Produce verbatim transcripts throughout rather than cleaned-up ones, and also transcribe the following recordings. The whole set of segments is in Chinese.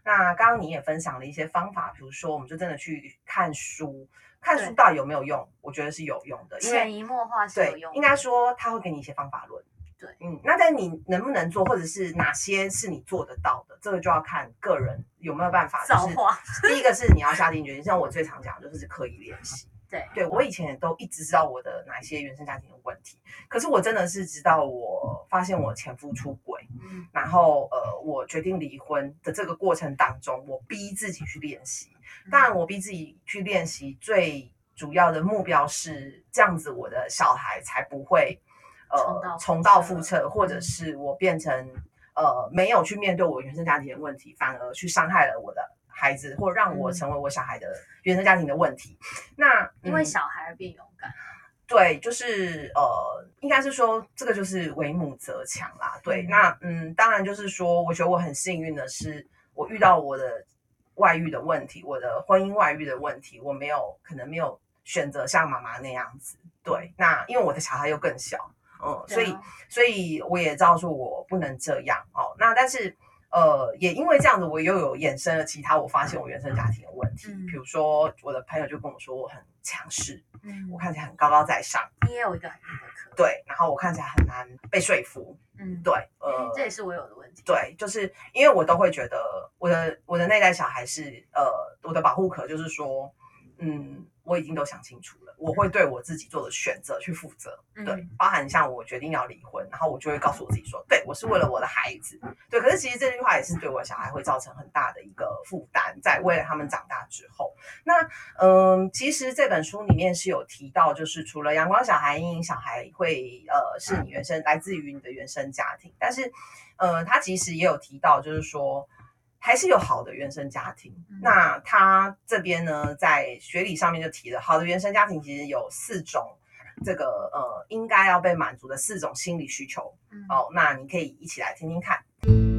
那刚刚你也分享了一些方法，比如说我们就真的去看书，看书到底有没有用？我觉得是有用的，因为潜移默化是有用的。 对，应该说他会给你一些方法论。 对， 嗯，那但你能不能做，或者是哪些是你做得到的，这个就要看个人有没有办法。 造化， 第一个是你要下定决心，像我最常讲的就是刻意练习。 对， 对我以前也都一直知道我的哪些原生家庭的问题，可是我真的是直到我发现我前夫出轨，嗯，然后呃，我决定离婚的这个过程当中，我逼自己去练习。当然，我逼自己去练习最主要的目标是这样子，我的小孩才不会呃重蹈覆辙，或者是我变成呃没有去面对我原生家庭的问题，反而去伤害了我的孩子，或让我成为我小孩的原生家庭的问题。那因为小孩而变勇敢。 对，就是呃，应该是说这个就是为母则强啦。对，嗯那嗯，当然就是说，我觉得我很幸运的是，我遇到我的外遇的问题，我的婚姻外遇的问题，我没有可能没有选择像妈妈那样子。对，那因为我的小孩又更小，嗯，所以所以我也知道说我不能这样哦。那但是呃，也因为这样子，我又有衍生了其他我发现我原生家庭的问题，嗯、比如说我的朋友就跟我说我很强势，嗯，我看起来很高高在上， 你也有一个很硬的壳， 对，然后我看起来很难被说服，嗯，对， 呃，这也是我有的问题， 对，就是因为我都会觉得我的我的那代小孩是呃，我的保护壳就是说，嗯。我已经都想清楚了，我会对我自己做的选择去负责，对，嗯、包含像我决定要离婚，然后我就会告诉我自己说，对我是为了我的孩子，对，可是其实这句话也是对我的小孩会造成很大的一个负担，在为了他们长大之后，那嗯，其实这本书里面是有提到，就是除了阳光小孩、阴影小孩会呃是你原生来自于你的原生家庭，但是呃，他其实也有提到，就是说。还是有好的原生家庭，嗯、那他这边呢，在学理上面就提了，好的原生家庭其实有四种，这个呃应该要被满足的四种心理需求，嗯、哦，那你可以一起来听听看。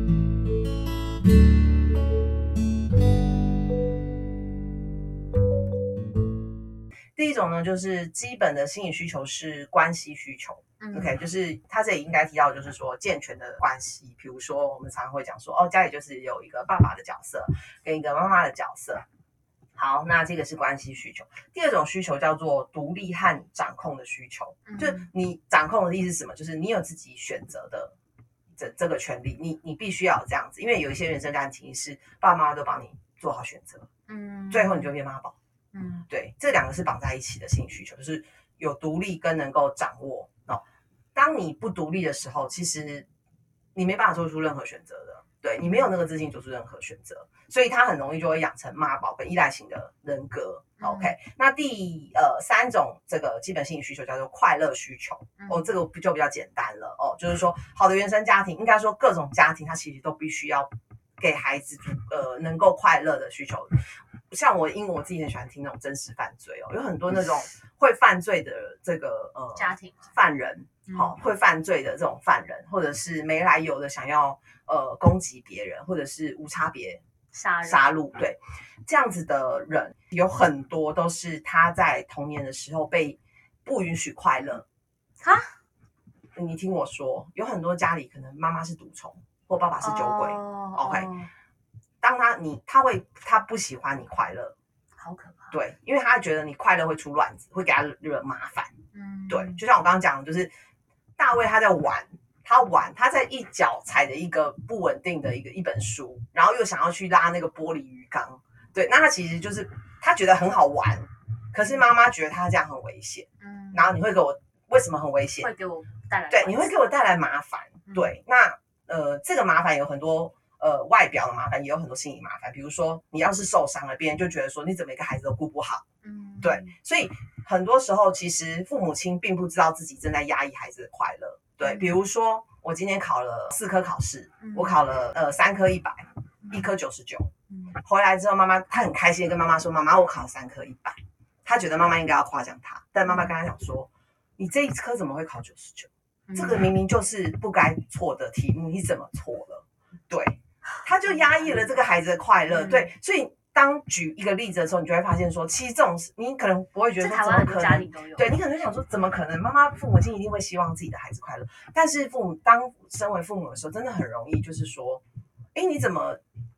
第一种呢，就是基本的心理需求是关系需求。嗯、OK， 就是他这里应该提到，就是说健全的关系，比如说我们常常会讲说，哦，家里就是有一个爸爸的角色跟一个妈妈的角色。好，那这个是关系需求。第二种需求叫做独立和掌控的需求，嗯、就你掌控的意思是什么？就是你有自己选择的这这个权利，你你必须要有这样子，因为有一些原生家庭是爸妈都帮你做好选择，嗯，最后你就变妈宝。嗯，对，这两个是绑在一起的心理需求，就是有独立跟能够掌握哦。当你不独立的时候，其实你没办法做出任何选择的，对你没有那个自信做出任何选择，所以他很容易就会养成妈宝跟依赖型的人格。嗯、OK， 那第呃三种这个基本心理需求叫做快乐需求，哦，这个就比较简单了哦，就是说好的原生家庭，应该说各种家庭，它其实都必须要给孩子呃能够快乐的需求。像我，因为我自己很喜欢听那种真实犯罪哦，有很多那种会犯罪的这个呃家庭犯人，好、嗯哦、会犯罪的这种犯人，或者是没来由的想要呃攻击别人，或者是无差别杀杀戮，对，这样子的人有很多都是他在童年的时候被不允许快乐。 哈， 你听我说，有很多家里可能妈妈是毒虫，或爸爸是酒鬼、哦、，OK。哦当他你他会他不喜欢你快乐， 好可怕。 对，因为他觉得你快乐会出乱子，会给他惹麻烦。嗯，对，就像我刚刚讲的，就是大卫他在玩，他玩，他在一脚踩着一个不稳定的一个一本书，然后又想要去拉那个玻璃鱼缸。对，那他其实就是他觉得很好玩，可是妈妈觉得他这样很危险。嗯，然后你会给我为什么很危险？ 会给我带来对，你会给我带来麻烦。嗯、对，那呃，这个麻烦有很多。呃，外表的麻烦也有很多心理麻烦，比如说你要是受伤了，别人就觉得说你怎么一个孩子都顾不好，嗯，对，所以很多时候其实父母亲并不知道自己正在压抑孩子的快乐，对，嗯、比如说我今天考了四科考试，嗯、我考了呃三科一百，一科九十九，回来之后妈妈她很开心跟妈妈说，妈妈我考了三科一百，她觉得妈妈应该要夸奖她，但妈妈跟她讲说，你这一科怎么会考九十九？这个明明就是不该错的题目，你怎么错了？对。他就压抑了这个孩子的快乐，嗯、对，所以当举一个例子的时候，你就会发现说，其实这种你可能不会觉得说怎么可能，对你可能就想说怎么可能，妈妈父母亲一定会希望自己的孩子快乐，但是父母当身为父母的时候，真的很容易就是说，哎，你怎么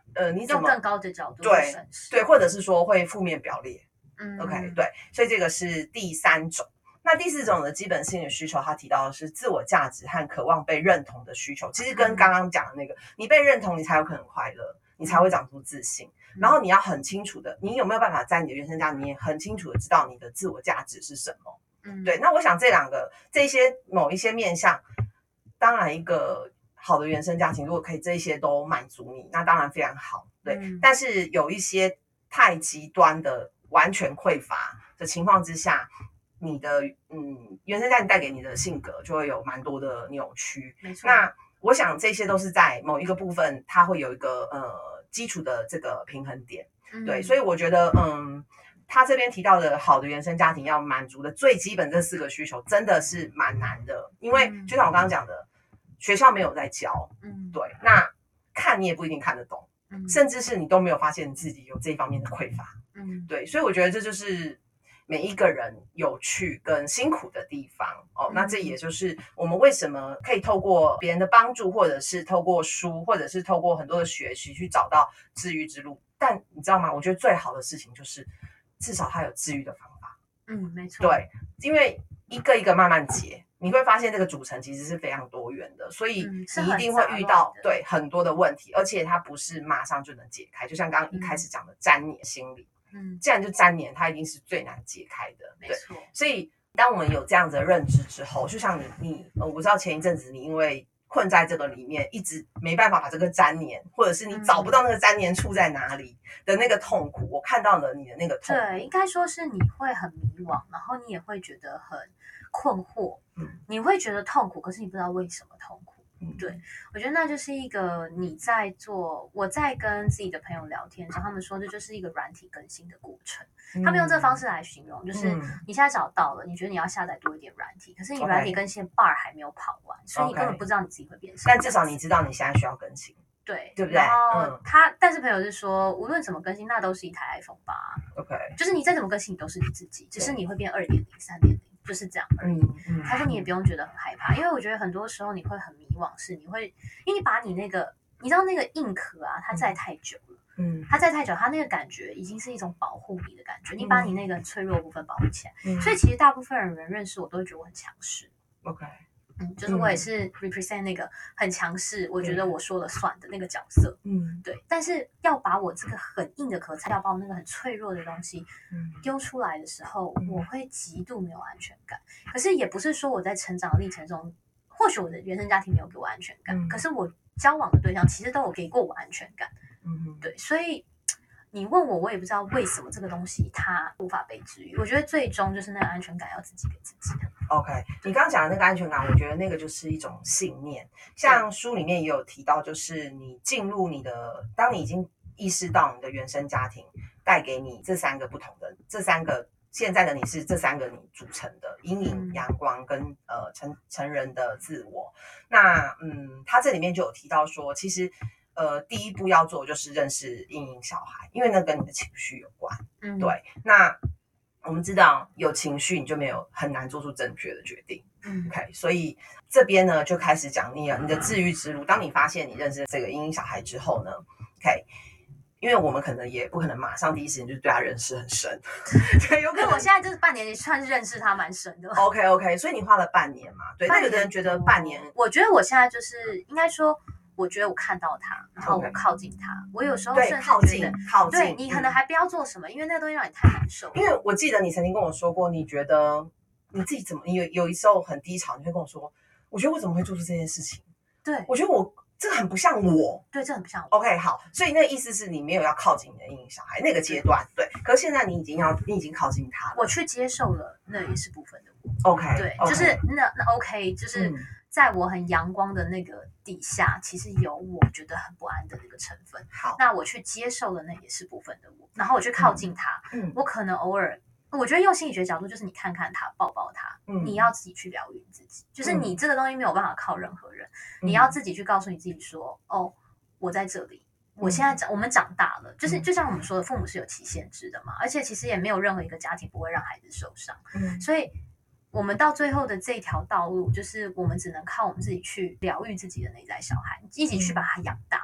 呃，你怎么用更高的角度去对审视， 对，或者是说会负面表列。 嗯 OK， 对，所以这个是第三种。那第四种的基本心理需求，他提到的是自我价值和渴望被认同的需求。其实跟刚刚讲的那个，你被认同，你才有可能快乐，你才会长出自信。 嗯、 然后你要很清楚的，你有没有办法在你的原生家庭里面很清楚的知道你的自我价值是什么？ 嗯， 对。那我想这两个这些某一些面向，当然一个好的原生家庭，如果可以这些都满足你，那当然非常好。对，嗯、但是有一些太极端的完全匮乏的情况之下，你的嗯原生家庭带给你的性格就会有蛮多的扭曲。 没错。 那我想这些都是在某一个部分，它会有一个呃基础的这个平衡点。嗯、对，所以我觉得嗯，他这边提到的好的原生家庭要满足的最基本这四个需求，真的是蛮难的，因为就像我刚刚讲的，学校没有在教。嗯，对，那看你也不一定看得懂。嗯、甚至是你都没有发现你自己有这一方面的匮乏。嗯，对，所以我觉得这就是每一个人有趣跟辛苦的地方哦。嗯、那这也就是我们为什么可以透过别人的帮助，或者是透过书，或者是透过很多的学习去找到治愈之路。但你知道吗？我觉得最好的事情就是至少它有治愈的方法。 嗯，没错。 对，因为一个一个慢慢解。你会发现这个组成其实是非常多元的，所以你一定会遇到、嗯、对很多的问题，而且它不是马上就能解开。就像刚刚一开始讲的粘黏心理，嗯，既然就粘黏，它一定是最难解开的。 没错。 所以当我们有这样子的认知之后，就像你你呃，我知道前一阵子你因为困在这个里面，一直没办法把这个粘黏，或者是你找不到那个粘黏处在哪里的那个痛苦，嗯、我看到了你的那个痛苦。 对，应该说是你会很迷惘，然后你也会觉得很困惑，嗯，你会觉得痛苦，可是你不知道为什么痛苦。嗯、对，我觉得那就是一个你在做，我在跟自己的朋友聊天的时候，他们说这就是一个软体更新的过程。嗯、他们用这个方式来形容，就是你现在找到了，你觉得你要下载多一点软体，可是你软体更新 bar 还没有跑完， okay, 所以你根本不知道你自己会变什么。 但至少你知道你现在需要更新。 对， 对不对？ 然后他，嗯、但是朋友是说，无论怎么更新，那都是一台 iPhone 八。 OK， 就是你再怎么更新，你都是你自己，只是你会变二点零、三点零，就是这样而已。嗯嗯、他说你也不用觉得很害怕，因为我觉得很多时候你会很迷惘，是你会，因为你把你那个，你知道那个硬壳啊，它载太久了，嗯，它载太久，它那个感觉已经是一种保护你的感觉，你把你那个很脆弱的部分保护起来。嗯、所以其实大部分人认识我都会觉得我很强势。 OK。 嗯，就是我也是 represent 那个很强势，嗯、我觉得我说了算的那个角色。嗯，对。但是要把我这个很硬的壳，才要把我那个很脆弱的东西丢出来的时候，嗯、我会极度没有安全感。可是也不是说我在成长的历程中，或许我的原生家庭没有给我安全感，嗯、可是我交往的对象其实都有给过我安全感。嗯，对。所以你问我，我也不知道为什么这个东西它无法被治愈。我觉得最终就是那个安全感要自己给自己的。 OK， 你刚刚讲的那个安全感，我觉得那个就是一种信念。像书里面也有提到，就是你进入你的，当你已经意识到你的原生家庭带给你这三个不同的，这三个现在的你是这三个你组成的阴影、阳光跟呃成成人的自我。那嗯，他这里面就有提到说，其实呃第一步要做就是认识阴影小孩，因为那跟你的情绪有关。嗯，对，那。我们知道有情绪，你就没有很难做出正确的决定。嗯 ，OK， 所以这边呢就开始讲你你的治愈之路。当你发现你认识这个阴影小孩之后呢 ，OK， 因为我们可能也不可能马上第一时间就对他认识很深， 对，有可能我现在就是半年也算是认识他蛮深的。 OK OK， 所以你花了半年嘛？对，那有的人觉得半年， 我觉得我现在就是应该说。我觉得我看到他，然后我靠近他， okay. 我有时候甚至靠近靠近， 对你可能还不要做什么，因为那个东西让你太难受。 因为我记得你曾经跟我说过，你觉得你自己怎么，你有有一时候很低潮，你会跟我说，我觉得我怎么会做出这件事情？ 对， 我觉得我这个很不像我， 对，这很不像我。OK， 好，所以那个意思是你没有要靠近你的阴影小孩那个阶段，对。可是现在你已经要，你已经靠近他了， 我去接受了，那也是部分的我。 OK， 对， okay. 就是那那 OK， 就是。嗯在我很阳光的那个底下，其实有我觉得很不安的那个成分。 好， 那我去接受了，那也是部分的我。然后我去靠近他，嗯，我可能偶尔，我觉得用心理学角度，就是你看看他，抱抱他，嗯，你要自己去疗愈自己。就是你这个东西没有办法靠任何人，嗯、你要自己去告诉你自己说，哦，我在这里。我现在长，我们长大了，就是就像我们说的，父母是有期限制的嘛，而且其实也没有任何一个家庭不会让孩子受伤，嗯，所以。我们到最后的这条道路，就是我们只能靠我们自己去疗愈自己的内在小孩，一起去把他养大。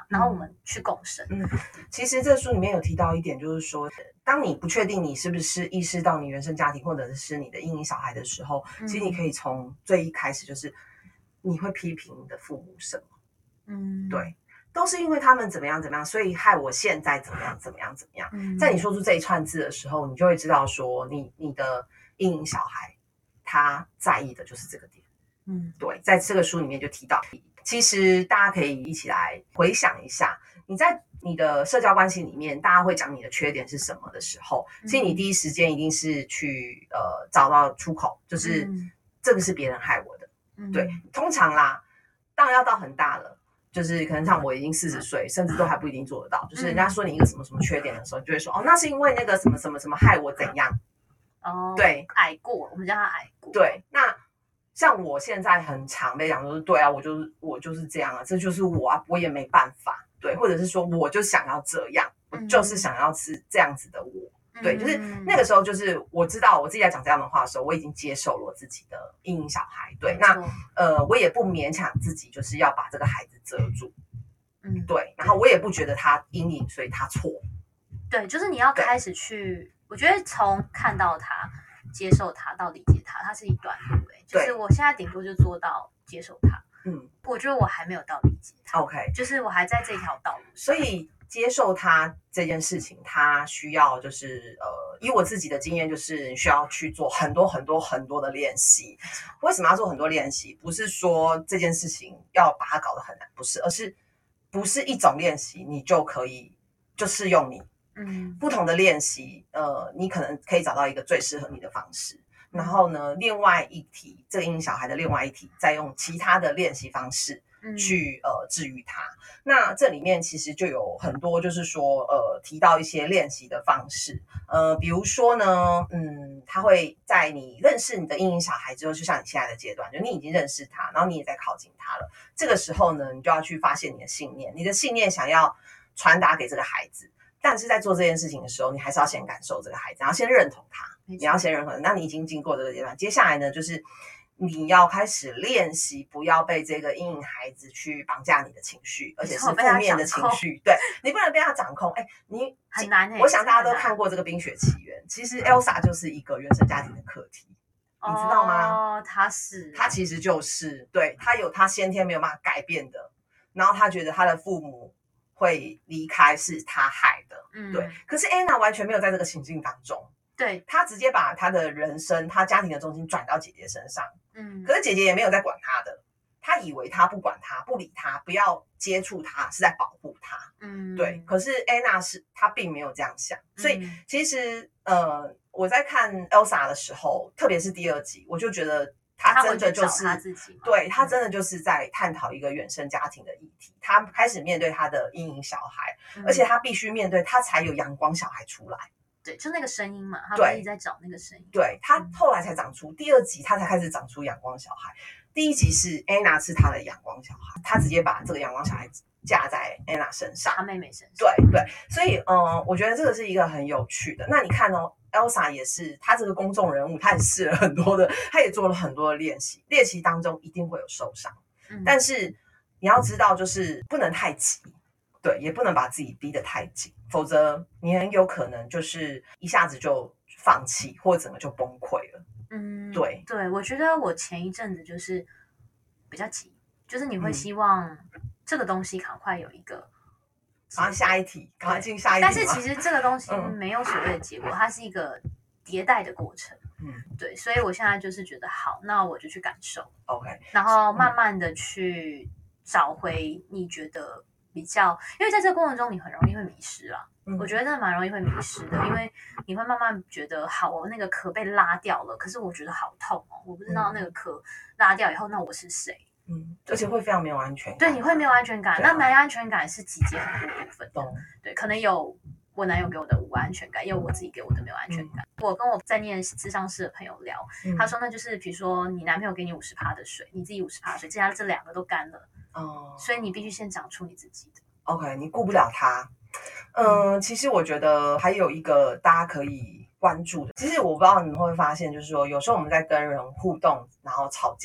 然后我们去共生。 嗯，其实这书里面有提到一点，就是说，当你不确定你是不是意识到你原生家庭或者是你的阴影小孩的时候，嗯、其实你可以从最一开始就是你会批评你的父母什么，嗯，对。都是因为他们怎么样怎么样，所以害我现在怎么样怎么样怎么样。嗯、在你说出这一串字的时候，你就会知道说你，你你的阴影小孩他在意的就是这个点。嗯，对，在这个书里面就提到，其实大家可以一起来回想一下，你在你的社交关系里面，大家会讲你的缺点是什么的时候，嗯、其实你第一时间一定是去呃找到出口，就是、嗯、这个是别人害我的。嗯、对，通常啦，当然要到很大了。就是可能像我已经四十岁，甚至都还不一定做得到。就是人家说你一个什么什么缺点的时候，就会说哦，那是因为那个什么什么什么害我怎样。 哦， 对， 矮过，我们叫他矮过。 对，那像我现在很常被讲说，对啊，我就是我就是这样啊，这就是我啊，我也没办法。对，或者是说我就想要这样，我就是想要是这样子的我。对，就是那个时候，就是我知道我自己在讲这样的话的时候，我已经接受了我自己的阴影小孩。对，那呃，我也不勉强自己，就是要把这个孩子遮住。嗯，对，然后我也不觉得他阴影，所以他错。 对，就是你要开始去，我觉得从看到他、接受他到理解他，它是一段路。哎，就是我现在顶多就做到接受他。嗯，我觉得我还没有到理解他。 OK， 就是我还在这条道路上， 所以。接受他这件事情，他需要就是呃，以我自己的经验，就是需要去做很多很多很多的练习。为什么要做很多练习？不是说这件事情要把它搞得很难，不是，而是不是一种练习你就可以就适用你。嗯，不同的练习，呃，你可能可以找到一个最适合你的方式。然后呢，另外一题，这个阴影小孩的另外一题，再用其他的练习方式。去呃治愈它。那这里面其实就有很多，就是说呃提到一些练习的方式，呃比如说呢，嗯，他会在你认识你的阴影小孩之后，就像你现在的阶段，就你已经认识他，然后你也在靠近他了。这个时候呢，你就要去发现你的信念，你的信念想要传达给这个孩子，但是在做这件事情的时候，你还是要先感受这个孩子，然后先认同他，你要先认同。那你已经经过这个阶段，接下来呢就是。你要开始练习，不要被这个阴影孩子去绑架你的情绪，而且是负面的情绪。对，你不能被他掌控。哎，你很难哎、欸。 我想大家都看过这个《冰雪奇缘》，其实 Elsa 就是一个原生家庭的课题，你知道吗？ 哦，他是， 他其实就是对他有他先天没有办法改变的，然后他觉得他的父母会离开是他害的，嗯，对。可是 Anna 完全没有在这个情境当中。 对， 他直接把他的人生、他家庭的重心转到姐姐身上，嗯，可是姐姐也没有在管他的，他以为他不管他、不理他、不要接触他是在保护他，嗯，对。可是 Anna 是她并没有这样想，所以其实呃，我在看 Elsa 的时候，特别是第二集，我就觉得他真的就是他自己， 对他真的就是在探讨一个原生家庭的议题，他开始面对他的阴影小孩，嗯、而且他必须面对，他才有阳光小孩出来。 对，就那个声音嘛，他们一直在找那个声音。 对，他后来才长出，第二集他才开始长出阳光小孩。第一集是 Anna 是他的阳光小孩，他直接把这个阳光小孩架在 Anna 身上， 他妹妹身上。 对对，所以嗯、呃，我觉得这个是一个很有趣的。那你看哦 ，Elsa 也是，他这个公众人物，他也试了很多的，他也做了很多的练习，练习当中一定会有受伤，嗯、但是你要知道，就是不能太急。对，也不能把自己逼得太紧，否则你很有可能就是一下子就放弃，或者整个就崩溃了。嗯，对对，我觉得我前一阵子就是比较急，就是你会希望这个东西赶快有一个， 然后下一题，赶快进下一题。 但是其实这个东西没有所谓的结果，它是一个迭代的过程。嗯，对，所以我现在就是觉得好，那我就去感受 ，OK， 然后慢慢的去找回你觉得。比较，因为在这个过程中你很容易会迷失啦、嗯、我觉得真的蛮容易会迷失的，因为你会慢慢觉得好，我那个壳被拉掉了，可是我觉得好痛哦，我不知道那个壳拉掉以后，那我是谁？ 嗯，而且会非常没有安全感。 对，你会没有安全感，那没有安全感是集结很多部分的。对，可能有我男友给我的无安全感，也有我自己给我的没有安全感。嗯、我跟我在念諮商室的朋友聊，嗯、他说那就是比如说你男朋友给你五十趴的水，你自己五十趴的水，接下来这两个都干了。哦，所以你必须先长出你自己的。 OK， 你顾不了他。嗯、呃，其实我觉得还有一个大家可以关注的，其实我不知道你们会不会发现，就是说有时候我们在跟人互动，然后吵架，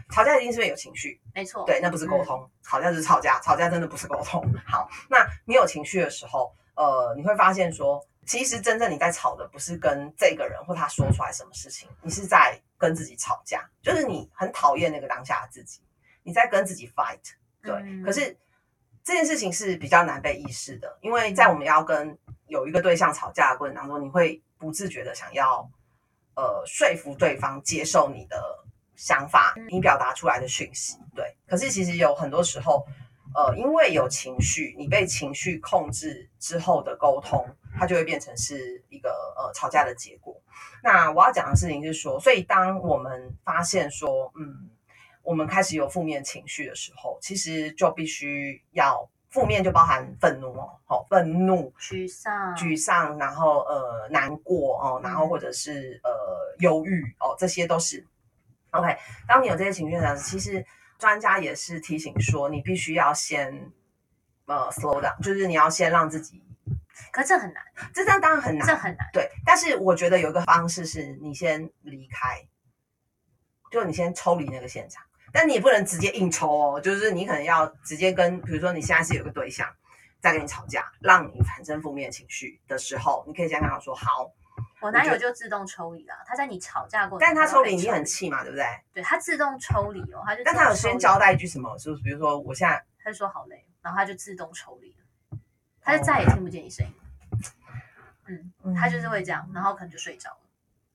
吵架一定是因为有情绪， 没错， 对，那不是沟通，嗯、吵架就是吵架，吵架真的不是沟通。好，那你有情绪的时候，呃，你会发现说，其实真正你在吵的不是跟这个人或他说出来什么事情，你是在跟自己吵架，就是你很讨厌那个当下的自己，你在跟自己 fight。对，嗯、可是这件事情是比较难被意识的，因为在我们要跟有一个对象吵架的过程当中，你会不自觉的想要呃说服对方接受你的想法，你表达出来的讯息。对，可是其实有很多时候，呃，因为有情绪，你被情绪控制之后的沟通，它就会变成是一个呃吵架的结果。那我要讲的事情是说，所以当我们发现说，嗯。我们开始有负面情绪的时候，其实就必须要负面就包含愤怒哦，好、哦，愤怒、 沮丧、 沮丧，然后呃难过哦，然后或者是呃忧郁哦，这些都是 OK。当你有这些情绪的时候，其实专家也是提醒说，你必须要先呃 slow down，就是你要先让自己。 可是这很难， 这这样当然很难， 这很难。 对，但是我觉得有一个方式是你先离开，就你先抽离那个现场。但你也不能直接硬抽哦，就是你可能要直接跟，比如说你现在是有个对象在跟你吵架，让你产生负面情绪的时候，你可以先跟他说好。 我男友就自动抽离了，他在你吵架过程， 但他抽离你很气嘛，对不对？ 对，他自动抽离哦，他就。 但他有先交代一句什么，就是比如说我现在， 他就说好累，然后他就自动抽离了，他就再也听不见你声音了。嗯，嗯他就是会这样，然后可能就睡着了。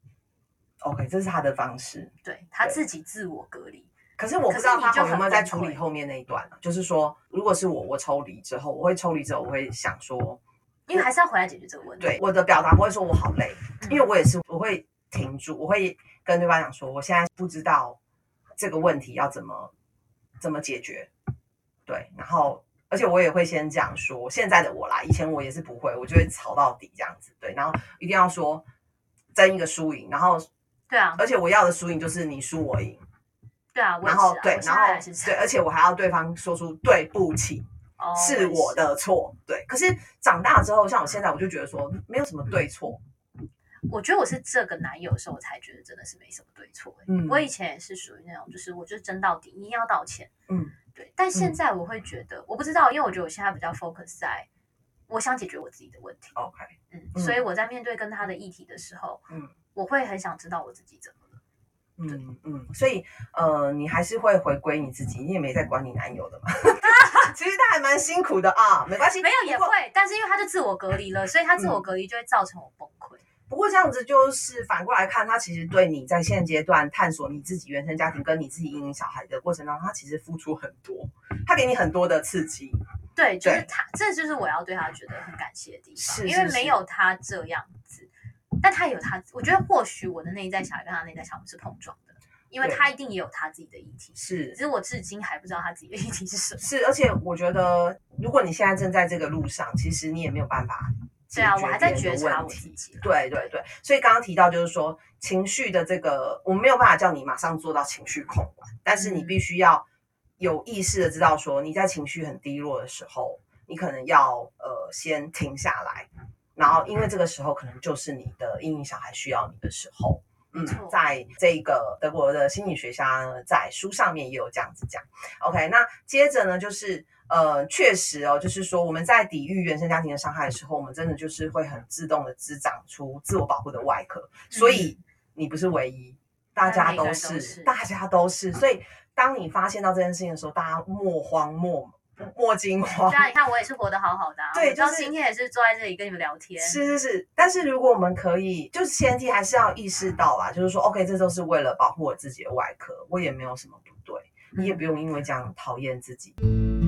OK， 这是他的方式， 对他自己自我隔离。 可是我不知道他有没有在处理后面那一段、啊、就是说，如果是我，我抽离之后，我会抽离之后，我会想说， 因为还是要回来解决这个问题。 对，我的表达不会说我好累，嗯、因为我也是，我会停住，我会跟对方讲说，我现在不知道这个问题要怎么怎么解决，对，然后而且我也会先讲说，现在的我啦，以前我也是不会，我就会吵到底这样子，对，然后一定要说争一个输赢，然后对啊， 而且我要的输赢就是你输我赢。 对啊， 然后对，然后对，而且我还要对方说出对不起，哦、是我的错。对，可是长大之后，像我现在，我就觉得说没有什么对错。 我觉得我是这个男友的时候，我才觉得真的是没什么对错、欸。嗯，我以前也是属于那种，就是我就是争到底，你一定要道歉。嗯，对。但现在我会觉得，嗯、我不知道，因为我觉得我现在比较 focus 在我想解决我自己的问题。 OK， 嗯，嗯所以我在面对跟他的议题的时候，嗯，我会很想知道我自己怎么。 嗯嗯，所以呃，你还是会回归你自己，你也没在管你男友的嘛。其实他还蛮辛苦的啊，没关系， 没有也会，但是因为他就自我隔离了，所以他自我隔离就会造成我崩溃。嗯、 不过这样子就是反过来看，他其实对你在现阶段探索你自己原生家庭跟你自己阴影小孩的过程当中，他其实付出很多，他给你很多的刺激。 对，就是他，这就是我要对他觉得很感谢的地方，是是是因为没有他这样子。但他有他，我觉得或许我的内在小孩跟他内在小孩是碰撞的，因为他一定也有他自己的议题， 是， 只是我至今还不知道他自己的议题是什么。 是，而且我觉得，如果你现在正在这个路上，其实你也没有办法解决别人的问题。对啊，我还在觉察我自己。对对对，所以刚刚提到就是说，情绪的这个，我们没有办法叫你马上做到情绪控管，但是你必须要有意识的知道说，你在情绪很低落的时候，你可能要呃先停下来。然后，因为这个时候可能就是你的阴影小孩需要你的时候，嗯，在这个德国的心理学家呢，在书上面也有这样子讲。OK， 那接着呢，就是呃，确实哦，就是说我们在抵御原生家庭的伤害的时候，我们真的就是会很自动的滋长出自我保护的外壳。所以你不是唯一，大家都是，都是大家都是。所以当你发现到这件事情的时候，大家莫慌莫莫惊慌。 对啊，你看我也是活得好好的、啊，对，就是今天也是坐在这里跟你们聊天。 是是是，但是如果我们可以，就是前提还是要意识到啦，就是说 ，OK， 这都是为了保护我自己的外壳，我也没有什么不对，你也不用因为这样讨厌自己。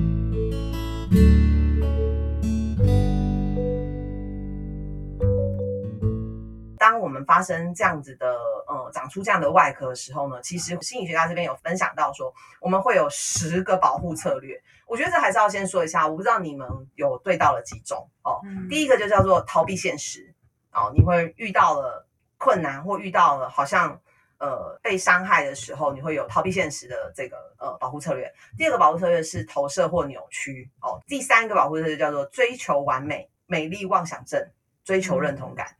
当我们发生这样子的呃长出这样的外壳的时候呢，其实心理学家这边有分享到说，我们会有十个保护策略。我觉得这还是要先说一下，我不知道你们有对到了几种哦。嗯、第一个就叫做逃避现实哦，你会遇到了困难或遇到了好像呃被伤害的时候，你会有逃避现实的这个呃保护策略。第二个保护策略是投射或扭曲哦。第三个保护策略叫做追求完美、美丽妄想症、追求认同感。嗯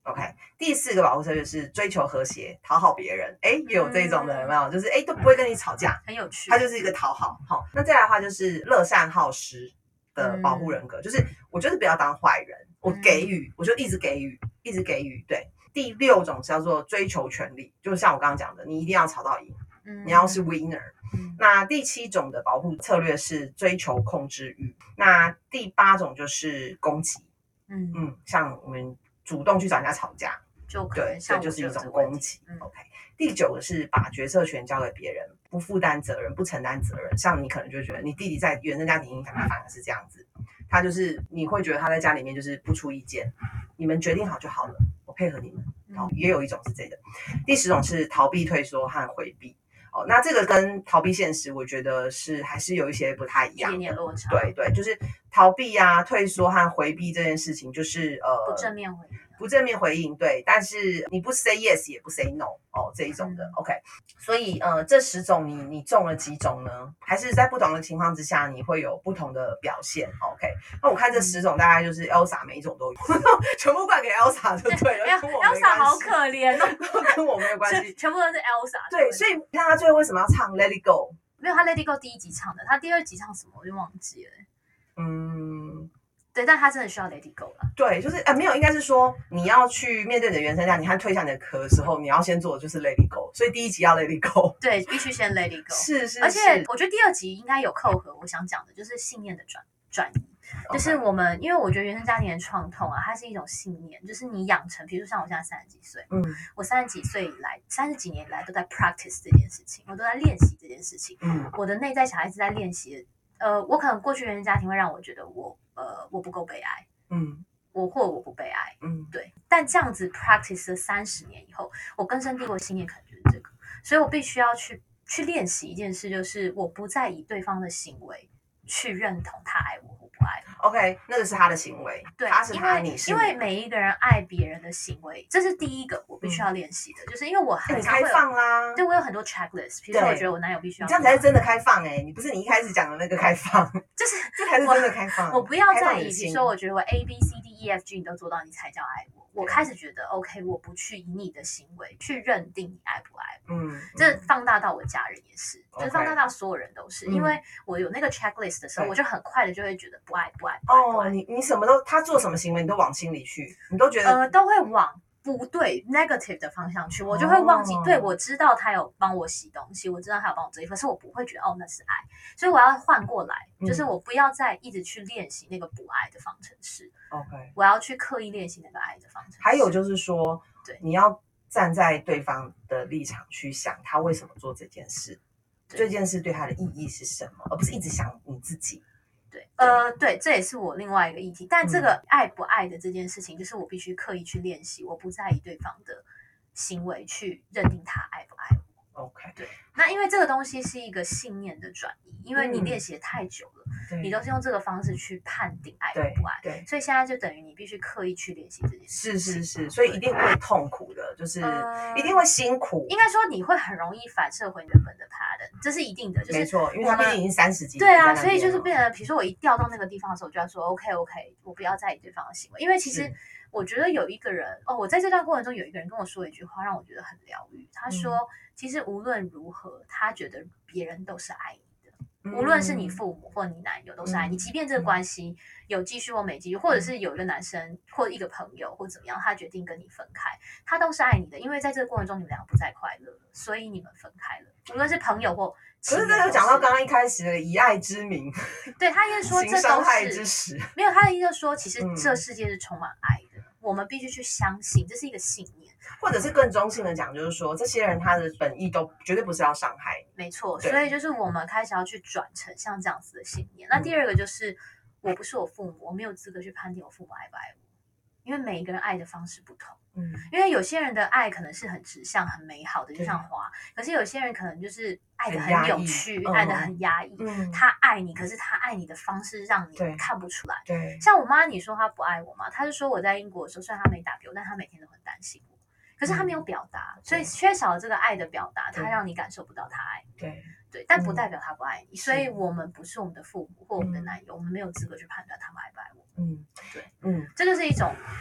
OK， 第四个保护策略是追求和谐，讨好别人。哎，也有这种的，有没有？就是哎都不会跟你吵架， 很有趣。 他就是一个讨好。好，那再来的话就是乐善好施的保护人格，嗯、就是我就是不要当坏人，我给予，嗯、我就一直给予，一直给予。对，第六种叫做追求权力，就是像我刚刚讲的，你一定要吵到赢，嗯、你要是 winner。嗯、那第七种的保护策略是追求控制欲。那第八种就是攻击，嗯嗯，像我们。主动去找人家吵架， 就对，这就是一种攻击。嗯、OK， 第九个是把决策权交给别人，不负担责任，不承担责任。像你可能就觉得你弟弟在原生家庭影响，他反而是这样子，他就是你会觉得他在家里面就是不出意见，你们决定好就好了，我配合你们。好，也有一种是这个。第十种是逃避、退缩和回避。哦，那这个跟逃避现实，我觉得是还是有一些不太一样的， 一点点落差。 对对，就是逃避啊、退缩和回避这件事情，就是呃不正面回应， 不正面回应，对，但是你不 say yes 也不 say no 哦这一种的、嗯、，OK。所以呃这十种你你中了几种呢？还是在不同的情况之下，你会有不同的表现 ，OK。那我看这十种大概就是 Elsa 每一种都有，全部怪给 Elsa 就对了，跟我没关系。 Elsa 好可怜哦， 跟我没有关系， 全部都是 Elsa。 对，所以看他最后为什么要唱 Let It Go？ 没有，他 Let It Go 第一集唱的，他第二集唱什么我就忘记了。嗯。对，但他真的需要 Let It Go 了。 对，就是呃，没有，应该是说你要去面对你的原生家庭和推向你的壳的时候，你要先做的就是 Let It Go。所以第一集要 Let It Go。 对，必须先 Let It Go。 是是。 而且我觉得第二集应该有扣合我想讲的，就是信念的转转移。Okay. 就是我们，因为我觉得原生家庭的创痛啊，它是一种信念，就是你养成，比如说像我现在三十几岁，嗯，我三十几岁以来，三十几年以来都在 practice 这件事情，我都在练习这件事情，嗯，我的内在小孩子在练习。呃，我可能过去原生家庭会让我觉得我呃我不够被爱。嗯，我或我不被爱，嗯，对。但这样子 practice 了三十年以后，我根深蒂固的信念可能就是这个，所以我必须要去去练习一件事，就是我不再以对方的行为去认同他爱我或不爱我。 OK， 那个是他的行为， 对， 他是他，你是因为每一个人爱别人的行为，这是第一个我必须要练习的，嗯、就是因为我很常会开放啦， 对我有很多 checklist， 比如说我觉得我男友必须要， 这样才是真的开放哎、欸，你不是你一开始讲的那个开放， 就是这才是真的开放。 我, 我不要再以比如说我觉得我 A B C D E F G 你都做到，你才叫爱我。我开始觉得 OK， 我不去以你的行为去认定你爱不爱我，嗯，这放大到我家人也是， okay, 就是放大到所有人都是，嗯、因为我有那个 checklist 的时候，我就很快的就会觉得不爱不爱不爱。不爱哦，你你什么都他做什么行为，你都往心里去，你都觉得呃都会往不对 negative 的方向去，我就会忘记。哦、对，我知道他有帮我洗东西，我知道他有帮我折衣服，可是我不会觉得哦那是爱，所以我要换过来，嗯、就是我不要再一直去练习那个不爱的方程式。OK， 我要去刻意练习那个爱的方程式。 还有就是说，对，你要站在对方的立场去想他为什么做这件事，这件事对他的意义是什么，而不是一直想你自己。 对，呃，对，这也是我另外一个议题。但这个爱不爱的这件事情，就是我必须刻意去练习，我不在意对方的行为去认定他爱不爱我。 OK， 对。那因为这个东西是一个信念的转移，因为你练习的太久了，嗯、你都是用这个方式去判定爱不爱，对，对，所以现在就等于你必须刻意去练习这件事。 是是是，所以一定会痛苦的，就是一定会辛苦。 应该说你会很容易反射回原本的 pattern， 这是一定的，就是没错，因为他毕竟已经三十几年。对啊，所以就是变成，比如说我一调到那个地方的时候，我就要说 OK OK， 我不要在意对方的行为，因为其实我觉得有一个人哦，我在这段过程中有一个人跟我说一句话，让我觉得很疗愈。他说，嗯、其实无论如何，他觉得别人都是爱你的，嗯、无论是你父母或你男友都是爱你，嗯、即便这个关系有继续或没继续，或者是有一个男生或一个朋友或怎么样，他决定跟你分开，他都是爱你的，因为在这个过程中你们两个不再快乐了，所以你们分开了。无论是朋友或可是这个讲到刚刚一开始的以爱之名， 对，他意思说这都是伤害之实， 没有，他的意思就是说，其实这世界是充满爱的，嗯、我们必须去相信，这是一个信念。 或者是更中性的讲，就是说这些人他的本意都绝对不是要伤害你， 没错。所以就是我们开始要去转成像这样子的信念。那第二个就是，我不是我父母，我没有资格去判定我父母爱不爱我，因为每一个人爱的方式不同。嗯，因为有些人的爱可能是很直向、很美好的，就像花；可是有些人可能就是爱的很扭曲，爱的很压抑。嗯，他爱你，可是他爱你的方式让你看不出来。对，像我妈，你说她不爱我嘛？她就说我在英国的时候，虽然她没打给我，但她每天都很担心我。可是她没有表达，嗯、所以缺少了这个爱的表达，她让你感受不到她爱你。对对，但不代表她不爱你。嗯、所以我们不是我们的父母或我们的男友，嗯、我们没有资格去判断他们爱不爱我。嗯，对，嗯，这就是一种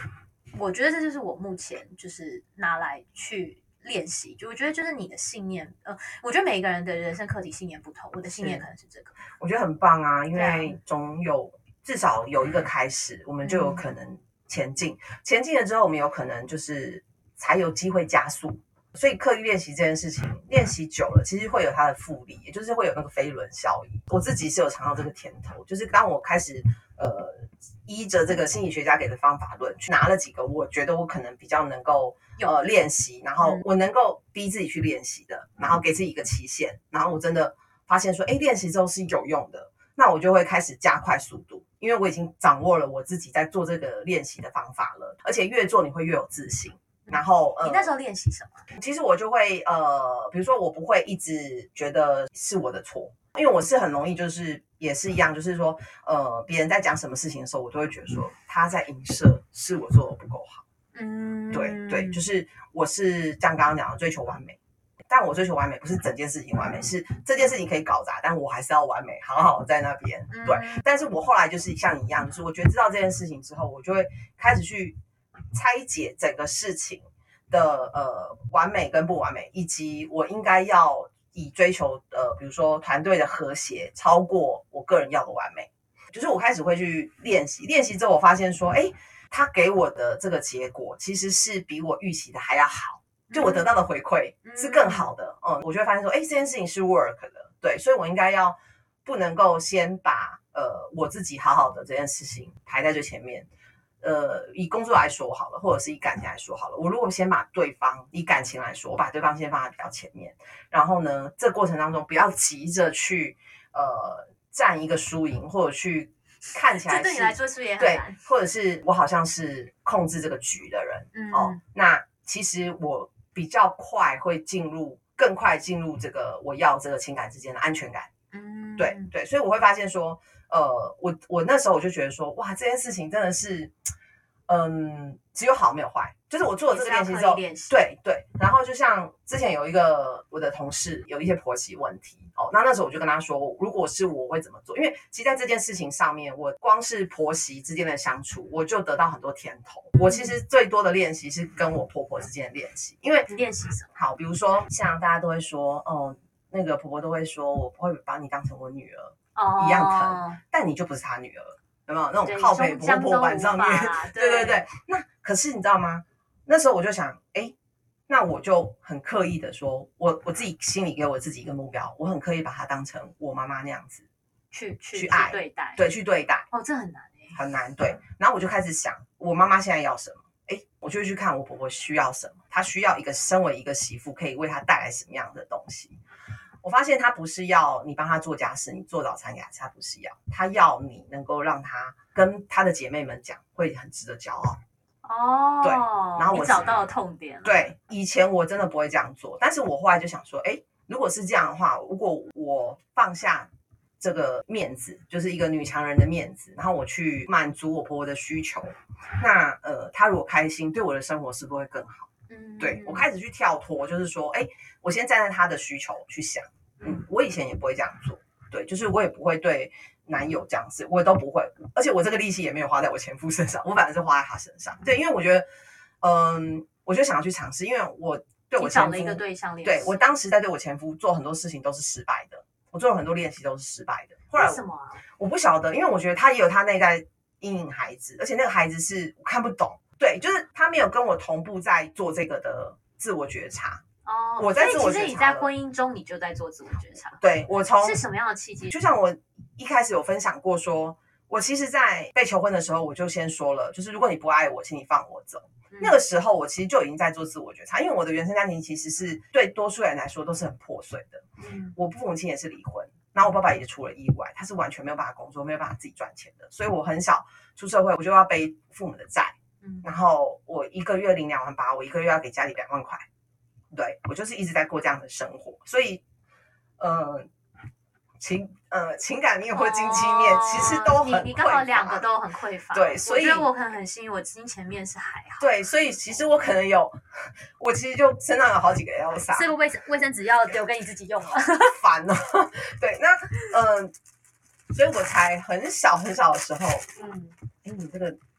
我觉得这就是我目前就是拿来去练习，就我觉得就是你的信念，呃，我觉得每个人的人生课题信念不同，我的信念可能是这个， 我觉得很棒啊，因为总有至少有一个开始，我们就有可能前进，嗯、前进了之后，我们有可能就是才有机会加速。所以刻意练习这件事情，练习久了，其实会有它的复利，也就是会有那个飞轮效应。我自己是有尝到这个甜头，就是当我开始呃依着这个心理学家给的方法论去拿了几个我觉得我可能比较能够呃练习，然后我能够逼自己去练习的，然后给自己一个期限，然后我真的发现说，哎，练习之后是有用的，那我就会开始加快速度，因为我已经掌握了我自己在做这个练习的方法了，而且越做你会越有自信。然后， 呃，你那时候练习什么？ 其实我就会，呃，比如说我不会一直觉得是我的错，因为我是很容易就是也是一样，就是说，呃，别人在讲什么事情的时候，我都会觉得说他在影射是我做的不够好。嗯，对对，就是我是像刚刚讲的追求完美，但我追求完美不是整件事情完美，是这件事情可以搞砸，但我还是要完美，好好在那边。对，但是我后来就是像你一样，就是我觉得知道这件事情之后，我就会开始去拆解整个事情的呃完美跟不完美，以及我应该要以追求呃比如说团队的和谐超过我个人要的完美。就是我开始会去练习，练习之后我发现说，哎，他给我的这个结果其实是比我预期的还要好，就我得到的回馈是更好的。嗯，我就会发现说，哎，这件事情是 work 的，对，所以我应该要不能够先把呃我自己好好的这件事情排在最前面。呃，以工作来说好了，或者是以感情来说好了，我如果先把对方以感情来说，我把对方先放在比较前面，然后呢，这过程当中不要急着去呃占一个输赢，或者去看起来是这对你来说是不是也很难？ 对，或者是我好像是控制这个局的人、嗯、哦，那其实我比较快会进入，更快进入这个我要这个情感之间的安全感。嗯，对对，所以我会发现说。呃，我我那时候我就觉得说，哇，这件事情真的是，嗯，只有好没有坏。就是我做了这个练习之后，对对。然后就像之前有一个我的同事有一些婆媳问题，哦，那那时候我就跟他说，如果是我会怎么做？因为其实在这件事情上面，我光是婆媳之间的相处，我就得到很多甜头。我其实最多的练习是跟我婆婆之间的练习，因为你练习什么？ 好，比如说像大家都会说，哦，那个婆婆都会说我不会把你当成我女儿。一样疼，但你就不是他女儿，有没有那种靠背婆婆板上面？对对对。那可是你知道吗？那时候我就想，哎，那我就很刻意的说，我我自己心里给我自己一个目标，我很刻意把她当成我妈妈那样子去去去爱对待， 对，去对待。 哦，这很难哎， 很难。对，然后我就开始想，我妈妈现在要什么？哎，我就去看我婆婆需要什么，她需要一个身为一个媳妇可以为她带来什么样的东西。我发现他不是要你帮他做家事，你做早餐给他吃，他不是要，他要你能够让他跟他的姐妹们讲，会很值得骄傲。 哦， 对，然后我你找到了痛点了。 对，以前我真的不会这样做，但是我后来就想说，哎，如果是这样的话，如果我放下这个面子，就是一个女强人的面子，然后我去满足我婆婆的需求，那呃，她如果开心，对我的生活是不是会更好？嗯，对，我开始去跳脱，就是说，哎，我先站在她的需求去想。嗯，我以前也不会这样做，对，就是我也不会对男友这样子，我也都不会，而且我这个力气也没有花在我前夫身上，我反而是花在他身上。对，因为我觉得，嗯，我就想要去尝试，因为我对我前夫， 找了一个对象练习， 对我当时在对我前夫做很多事情都是失败的，我做了很多练习都是失败的。后来为什么啊？ 我不晓得，因为我觉得他也有他内在阴影孩子，而且那个孩子是我看不懂，对，就是他没有跟我同步在做这个的自我觉察。 哦， 我在自我觉察， 所以其实你在婚姻中你就在做自我觉察。 对，我从是什么样的契机？ 就像我一开始有分享过说，我其实在被求婚的时候，我就先说了，就是如果你不爱我，请你放我走。嗯、那个时候我其实就已经在做自我觉察，因为我的原生家庭其实是对多数人来说都是很破碎的。嗯，我父母亲也是离婚，然后我爸爸也出了意外，他是完全没有办法工作，没有办法自己赚钱的，所以我很小出社会，我就要背父母的债。嗯，然后我一个月领两万八，我一个月要给家里两万块。对，我就是一直在过这样的生活，所以，呃，情呃情感面或经济面、哦、其实都很匮乏。 你你刚好两个都很匮乏。 对，所以我觉得我可能很幸运，我金钱面是还好。 对，所以其实我可能有，我其实就身上有好几个 Elsa。 这个卫生卫生纸要留给你自己用了， 烦哦。对，那嗯、呃，所以我才很小很小的时候，嗯，哎，你这个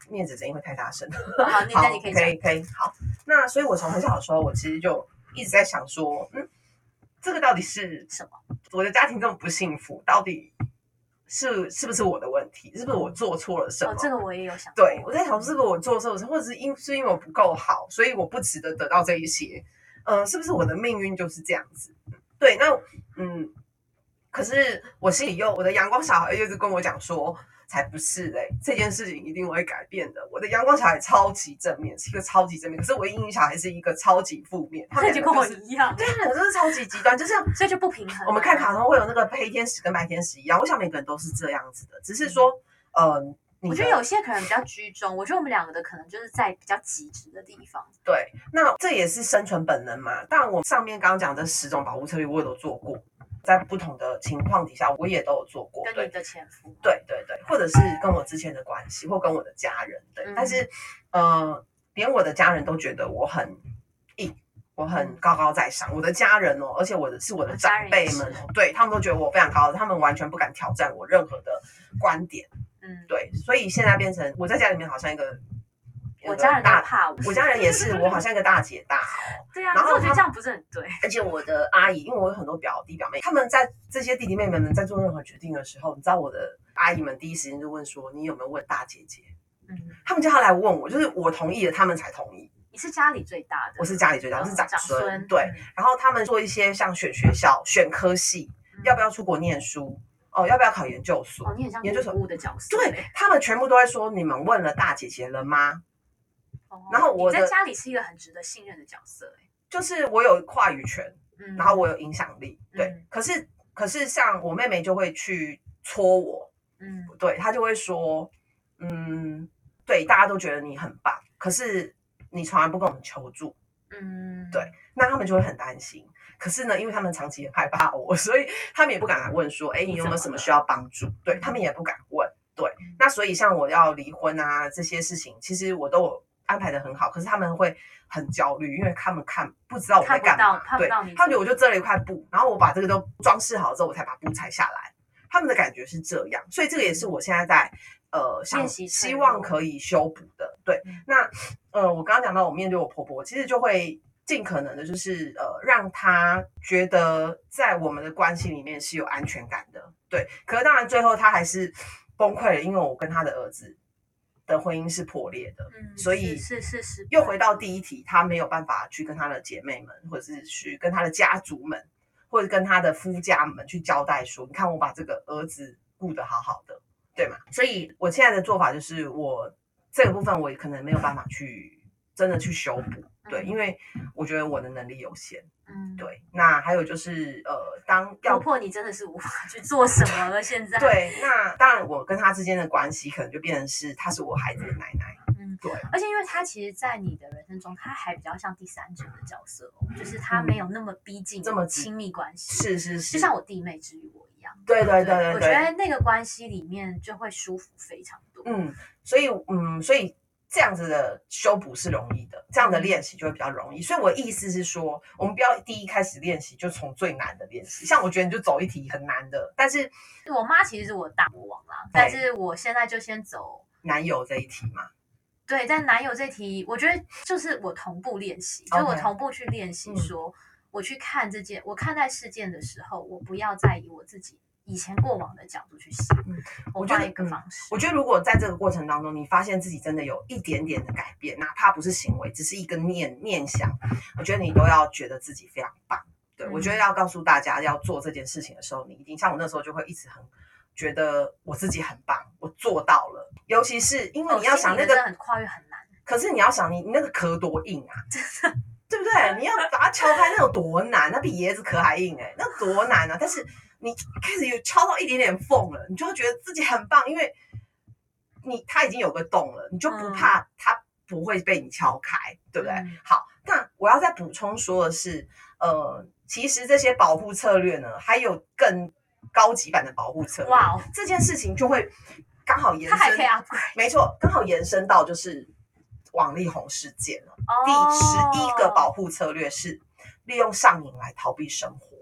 念指针会太大声。 好，那你可以可以可以好。那所以我从很小的时候，我其实就一直在想说，嗯，这个到底是什么？我的家庭这么不幸福，到底是是不是我的问题？是不是我做错了什么？ 哦，这个我也有想。 对，我在想是不是我做错了什么，或者是因是因为我不够好，所以我不值得得到这一些。呃，是不是我的命运就是这样子？对，那嗯，可是我心里又我的阳光小孩又一直跟我讲说，才不是嘞、欸，这件事情一定会改变的。我的阳光小孩超级正面，是一个超级正面，可是我的阴影小孩是一个超级负面。他们、就是、 就跟我一样， 对，他们就是超级极端，就像所以就不平衡。 我们看卡通会有那个黑天使跟白天使一样，我想每个人都是这样子的，只是说，呃。 我觉得有些可能比较居中，我觉得我们两个的可能就是在比较极致的地方。 对，那这也是生存本能嘛。当然，我上面刚刚讲的十种保护策略，我也都做过，在不同的情况底下，我也都有做过。 跟你的前夫， 对对对，或者是跟我之前的关系，或跟我的家人，对。嗯、但是，呃，连我的家人都觉得我很硬，我很高高在上。我的家人哦，而且我的是我的长辈们哦，对他们都觉得我非常高，他们完全不敢挑战我任何的观点。嗯，对，所以现在变成我在家里面好像一个， 我家人都怕我， 我家人也是，我好像一个大姐大哦。 对啊，然后我觉得这样不是很对。 而且我的阿姨，因为我有很多表弟表妹，他们在这些弟弟妹妹们在做任何决定的时候，你知道我的阿姨们第一时间就问说，你有没有问大姐姐？嗯，他们叫他来问我，就是我同意了，他们才同意。 你是家里最大的， 我是家里最大，我是长孙。 长孙对，然后他们做一些像选学校、选科系，嗯、要不要出国念书。哦，要不要考研究所？ 哦，你很像研究所的角色。 对，他们全部都会说：“你们问了大姐姐了吗？” 哦， 然后我你在家里是一个很值得信任的角色，哎， 就是我有话语权，嗯，然后我有影响力，对。嗯、可是，可是像我妹妹就会去戳我，嗯，对，她就会说，嗯，对，大家都觉得你很棒，可是你从来不跟我们求助，嗯，对，那他们就会很担心。可是呢，因为他们长期很害怕我，所以他们也不敢来问说，哎，你有没有什么需要帮助？对，他们也不敢问。对，那所以像我要离婚啊这些事情，其实我都有安排的很好，可是他们会很焦虑，因为他们看不知道我在干嘛， 看不到你， 对，他们觉得我就遮了一块布，然后我把这个都装饰好之后，我才把布拆下来。他们的感觉是这样，所以这个也是我现在在呃想希望可以修补的。对，嗯、那呃我刚刚讲到我面对我婆婆，其实就会。尽可能的就是呃让他觉得在我们的关系里面是有安全感的，对。可是当然最后他还是崩溃了，因为我跟他的儿子的婚姻是破裂的，嗯、所以是是是又回到第一题，他没有办法去跟他的姐妹们，或者是去跟他的家族们，或者跟他的夫家们去交代说，你看我把这个儿子顾得好好的，对吗？所以我现在的做法就是，我这个部分我也可能没有办法去真的去修补。对，因为我觉得我的能力有限，嗯，对。那还有就是，呃，当要突破你真的是无法去做什么了。现在对，那当然我跟他之间的关系可能就变成是，他是我孩子的奶奶，嗯，对。 而且因为他其实，在你的人生中，他还比较像第三者的角色哦，就是他没有那么逼近、这么亲密关系， 是是是， 就像我弟妹之于我一样。 对对对对， 我觉得那个关系里面就会舒服非常多。 嗯，所以嗯，所以。这样子的修补是容易的，这样的练习就会比较容易。所以我的意思是说，我们不要第一开始练习就从最难的练习。像我觉得你就走一题很难的，但是我妈其实是我大魔王啦，但是我现在就先走男友这一题嘛。 对，在男友这题，我觉得就是我同步练习， okay. 就是我同步去练习说，嗯、我去看这件，我看待事件的时候，我不要再以我自己。以前过往的角度去想，嗯，我换一个方式。 我觉得如果在这个过程当中，你发现自己真的有一点点的改变，哪怕不是行为，只是一个念念想，我觉得你都要觉得自己非常棒。对、嗯、我觉得要告诉大家，要做这件事情的时候，你一定像我那时候就会一直很觉得我自己很棒，我做到了。尤其是因为你要想那个、 哦、很跨越很难， 可是你要想你你那个壳多硬啊，真的。对不对？你要把它敲开，那有多难？那比椰子壳还硬哎、欸，那多难啊！但是你开始有敲到一点点缝了，你就会觉得自己很棒，因为你它已经有个洞了，你就不怕它不会被你敲开，嗯、对不对？好，那我要再补充说的是，呃，其实这些保护策略呢，还有更高级版的保护策略。哇、wow ，这件事情就会刚好延伸， 它还可以 upgrade， 没错，刚好延伸到就是王力宏事件了。Oh. 第十一个保护策略是利用上瘾来逃避生活。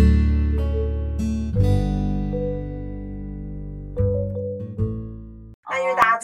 那因为大家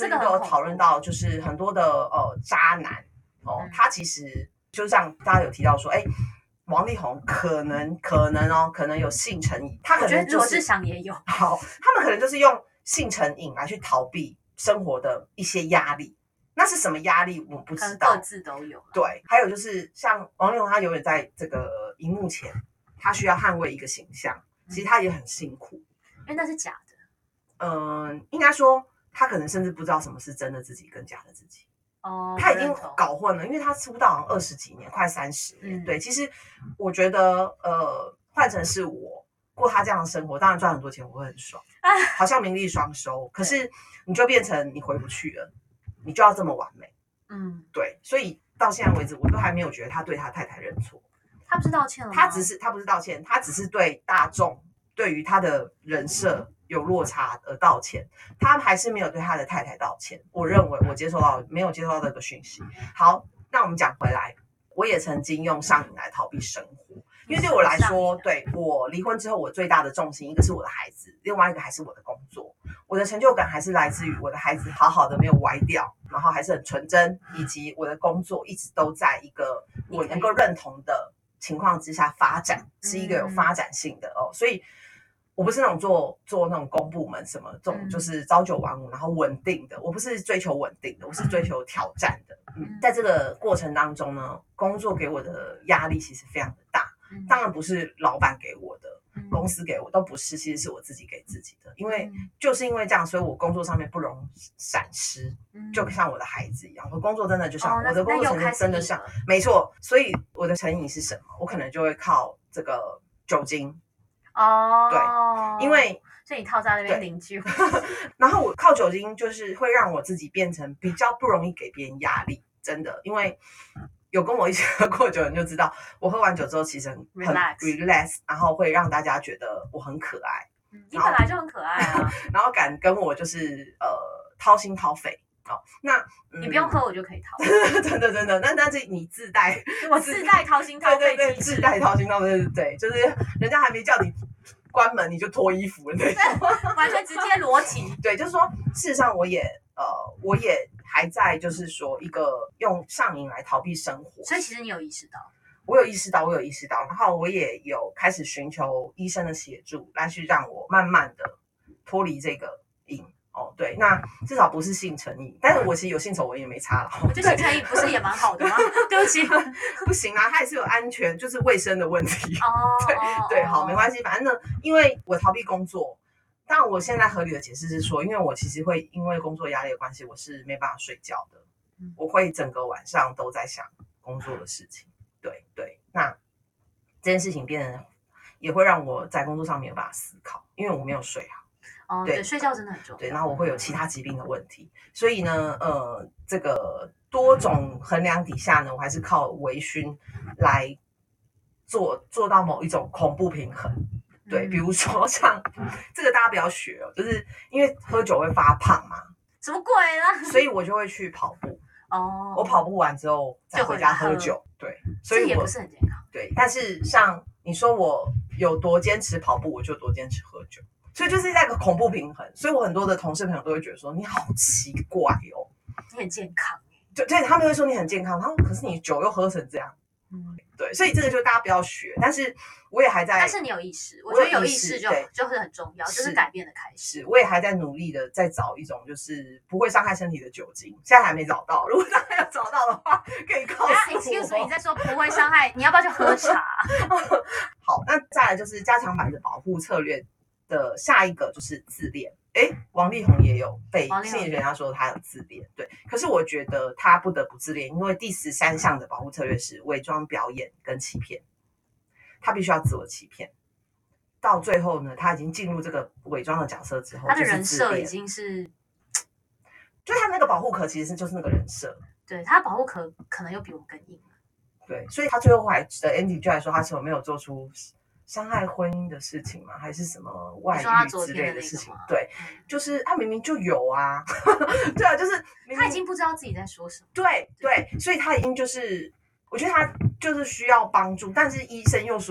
最近都有讨论到，就是很多的呃渣男哦，嗯、他其实就像大家有提到说，哎，王力宏可能可能哦，可能有性成瘾，他可能、就是、我觉得罗志祥也有。 好，他们可能就是用性成瘾来去逃避生活的一些压力。那是什么压力？我不知道， 各自都有。 对，还有就是像王力宏，他永远在这个荧幕前，他需要捍卫一个形象，其实他也很辛苦， 因为那是假的。 嗯、呃，应该说他可能甚至不知道什么是真的自己跟假的自己。 哦， 他已经搞混了，因为他出道好像二十几年，快三十年。嗯、对，其实我觉得，呃，换成是我过他这样的生活，当然赚很多钱，我会很爽，好像名利双收。可是你就变成你回不去了。你就要这么完美， 嗯， 对，所以到现在为止，我都还没有觉得他对他太太认错。 他不是道歉了吗？ 他只是他不是道歉，他只是对大众对于他的人设有落差而道歉，他还是没有对他的太太道歉。我认为我接收到没有接收到这个讯息。好，那我们讲回来，我也曾经用上瘾来逃避生活。因为对我来说，对我离婚之后，我最大的重心，一个是我的孩子，另外一个还是我的工作。我的成就感还是来自于我的孩子好好的没有歪掉，然后还是很纯真，以及我的工作一直都在一个我能够认同的情况之下发展，是一个有发展性的哦。所以我不是那种做做那种公部门什么这种就是朝九晚五然后稳定的，我不是追求稳定的，我是追求挑战的。嗯，在这个过程当中呢，工作给我的压力其实非常的大。当然不是老板给我的，公司给我都不是，其实是我自己给自己的。因为就是因为这样，所以我工作上面不容闪失，就像我的孩子一样。我工作真的就像、哦、我的工作成绩真的像，没错。所以我的成瘾是什么？我可能就会靠这个酒精哦， 对，因为所以你套在那边邻居， 然后我靠酒精就是会让我自己变成比较不容易给别人压力，真的，因为。有跟我一起喝过酒的人就知道，我喝完酒之后其实很 relax，, relax 然后会让大家觉得我很可爱。 嗯、你本来就很可爱啊， 然后敢跟我就是呃掏心掏肺哦。那、 嗯、你不用喝我就可以掏， 真的真的。那那是你自带， 我自带掏心掏肺， 对对对，自带掏心掏肺，对，就是人家还没叫你关门你就脱衣服了，对， 完全直接裸体。 对，就是说事实上我也呃我也。还在就是说一个用上瘾来逃避生活， 所以其实你有意识到， 我有意识到，我有意识到，然后我也有开始寻求医生的协助，来去让我慢慢的脱离这个瘾。哦，对，那至少不是性成瘾，但是我其实有性丑闻也没差了。 我觉得性成瘾不是也蛮好的吗？对不起， 不行啊，它也是有安全，就是卫生的问题。 哦， 对对，好，没关系，反正呢，因为我逃避工作。但我现在合理的解释是说，因为我其实会因为工作压力的关系，我是没办法睡觉的，嗯、我会整个晚上都在想工作的事情。对对，那这件事情变得也会让我在工作上没有办法思考，因为我没有睡好。 哦，对，对睡觉真的很重要。 对，然后我会有其他疾病的问题，所以呢，呃，这个多种衡量底下呢，我还是靠微醺来做做到某一种恐怖平衡。对，比如说像这个大家不要学哦，就是因为喝酒会发胖嘛， 什么鬼啦？ 所以我就会去跑步。 哦， 我跑步完之后再回家喝酒。对，所以我这也不是很健康。 对，但是像你说我有多坚持跑步，我就多坚持喝酒，所以就是那个恐怖平衡。所以我很多的同事朋友都会觉得说你好奇怪哦， 你很健康。 对对，他们会说你很健康，然后可是你酒又喝成这样。嗯，对，所以这个就大家不要学，但是我也还在， 但是你有意识，我觉得有意识就就是很重要，就是改变的开始。 我也还在努力的在找一种就是不会伤害身体的酒精，现在还没找到。如果大家有找到的话，可以告诉我。 Excuse me， 你在说不会伤害，你要不要去喝茶？ 好，那再来就是加强版的保护策略的下一个就是自恋。哎，王力宏也有被心理学家说他有自恋，对。可是我觉得他不得不自恋，因为第十三项的保护策略是伪装表演跟欺骗，他必须要自我欺骗。到最后呢，他已经进入这个伪装的角色之后， 他的人设已经是， 就他那个保护壳其实是就是那个人设， 对，他的保护壳可能又比我更硬了， 对，所以他最后还的 ending 就来说他是有没有做出伤害婚姻的事情吗？还是什么外遇之类的事情？对，嗯、就是他明明就有啊，对啊，就是明明他已经不知道自己在说什么。 对对，所以他已经就是，我觉得他就是需要帮助，但是医生又说他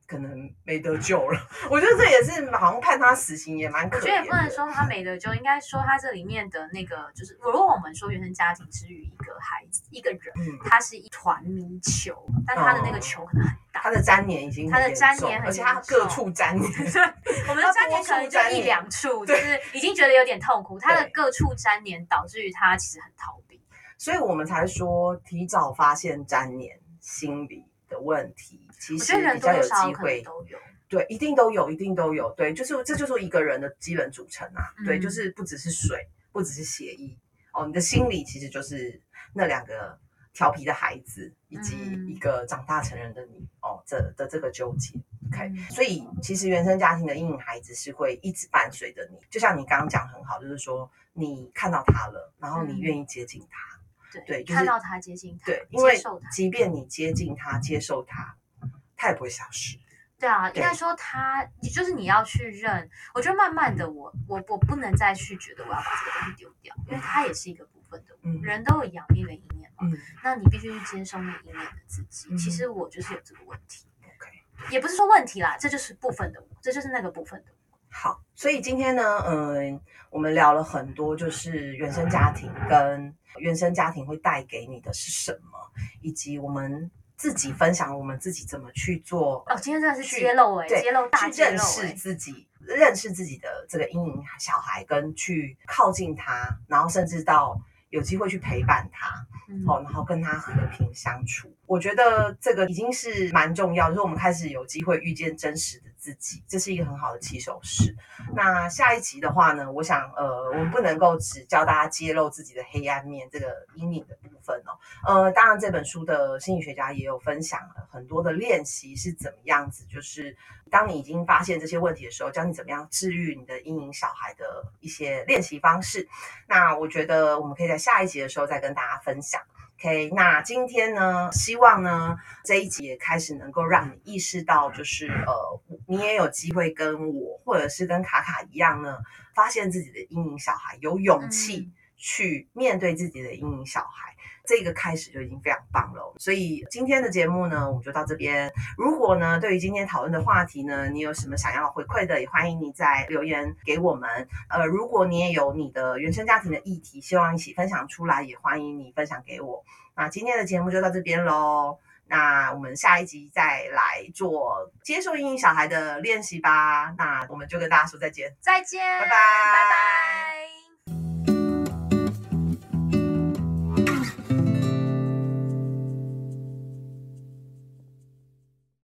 可能没得救了。我觉得这也是好像判他死刑也蛮可怜的。 我觉得也不能说他没得救，应该说他这里面的那个就是，如果我们说原生家庭之于一个孩子一个人，嗯、他是一团迷球，但他的那个球可能很大， 他的粘连已经他的粘连很而且他各处粘连。 我们的粘连可能就一两处，就是已经觉得有点痛苦。他的各处粘连导致于他其实很逃避， 所以我们才说提早发现粘连心理的问题，其实比较有机会都有。 对，一定都有，一定都有。对，就是这就是一个人的基本组成啊。嗯、对，就是不只是水，不只是血液哦，你的心理其实就是那两个调皮的孩子，以及一个长大成人的你哦，这的这个纠结。OK，、嗯、所以其实原生家庭的阴影孩子是会一直伴随着你，就像你刚刚讲很好，就是说你看到他了，然后你愿意接近他。 嗯、 对， 就是看到他接近他， 对，因为即便你接近他、接受他，他也不会消失。 对啊，应该说他，就是你要去认。我觉得慢慢的我，我我我不能再去觉得我要把这个东西丢掉，因为它也是一个部分的我。嗯、人都有阳面跟阴面嘛，嗯、那你必须去接受那阴面的自己。嗯、其实我就是有这个问题 ，OK， 也不是说问题啦，这就是部分的我，这就是那个部分的我。 好，所以今天呢，嗯，我们聊了很多，就是原生家庭跟原生家庭会带给你的是什么，以及我们自己分享我们自己怎么去做。 哦，今天真的是揭露哎、欸，揭露大揭露、欸， 去认识自己，认识自己的这个阴影小孩，跟去靠近他，然后甚至到有机会去陪伴他，嗯、哦，然后跟他和平相处。我觉得这个已经是蛮重要，就是我们开始有机会遇见真实的自己，这是一个很好的起手式。那下一集的话呢，我想呃，我们不能够只教大家揭露自己的黑暗面，这个阴影的部分哦。呃，当然这本书的心理学家也有分享了很多的练习是怎么样子，就是当你已经发现这些问题的时候，教你怎么样治愈你的阴影小孩的一些练习方式。那我觉得我们可以在下一集的时候再跟大家分享。OK， 那今天呢，希望呢这一集也开始能够让你意识到，就是呃，你也有机会跟我或者是跟卡卡一样呢，发现自己的阴影小孩，有勇气去面对自己的阴影小孩。这个开始就已经非常棒了，所以今天的节目呢，我们就到这边。如果呢，对于今天讨论的话题呢，你有什么想要回馈的，也欢迎你在留言给我们。呃，如果你也有你的原生家庭的议题，希望一起分享出来，也欢迎你分享给我。那今天的节目就到这边咯，那我们下一集再来做接受阴影小孩的练习吧。那我们就跟大家说再见， 再见， 拜拜， 拜拜。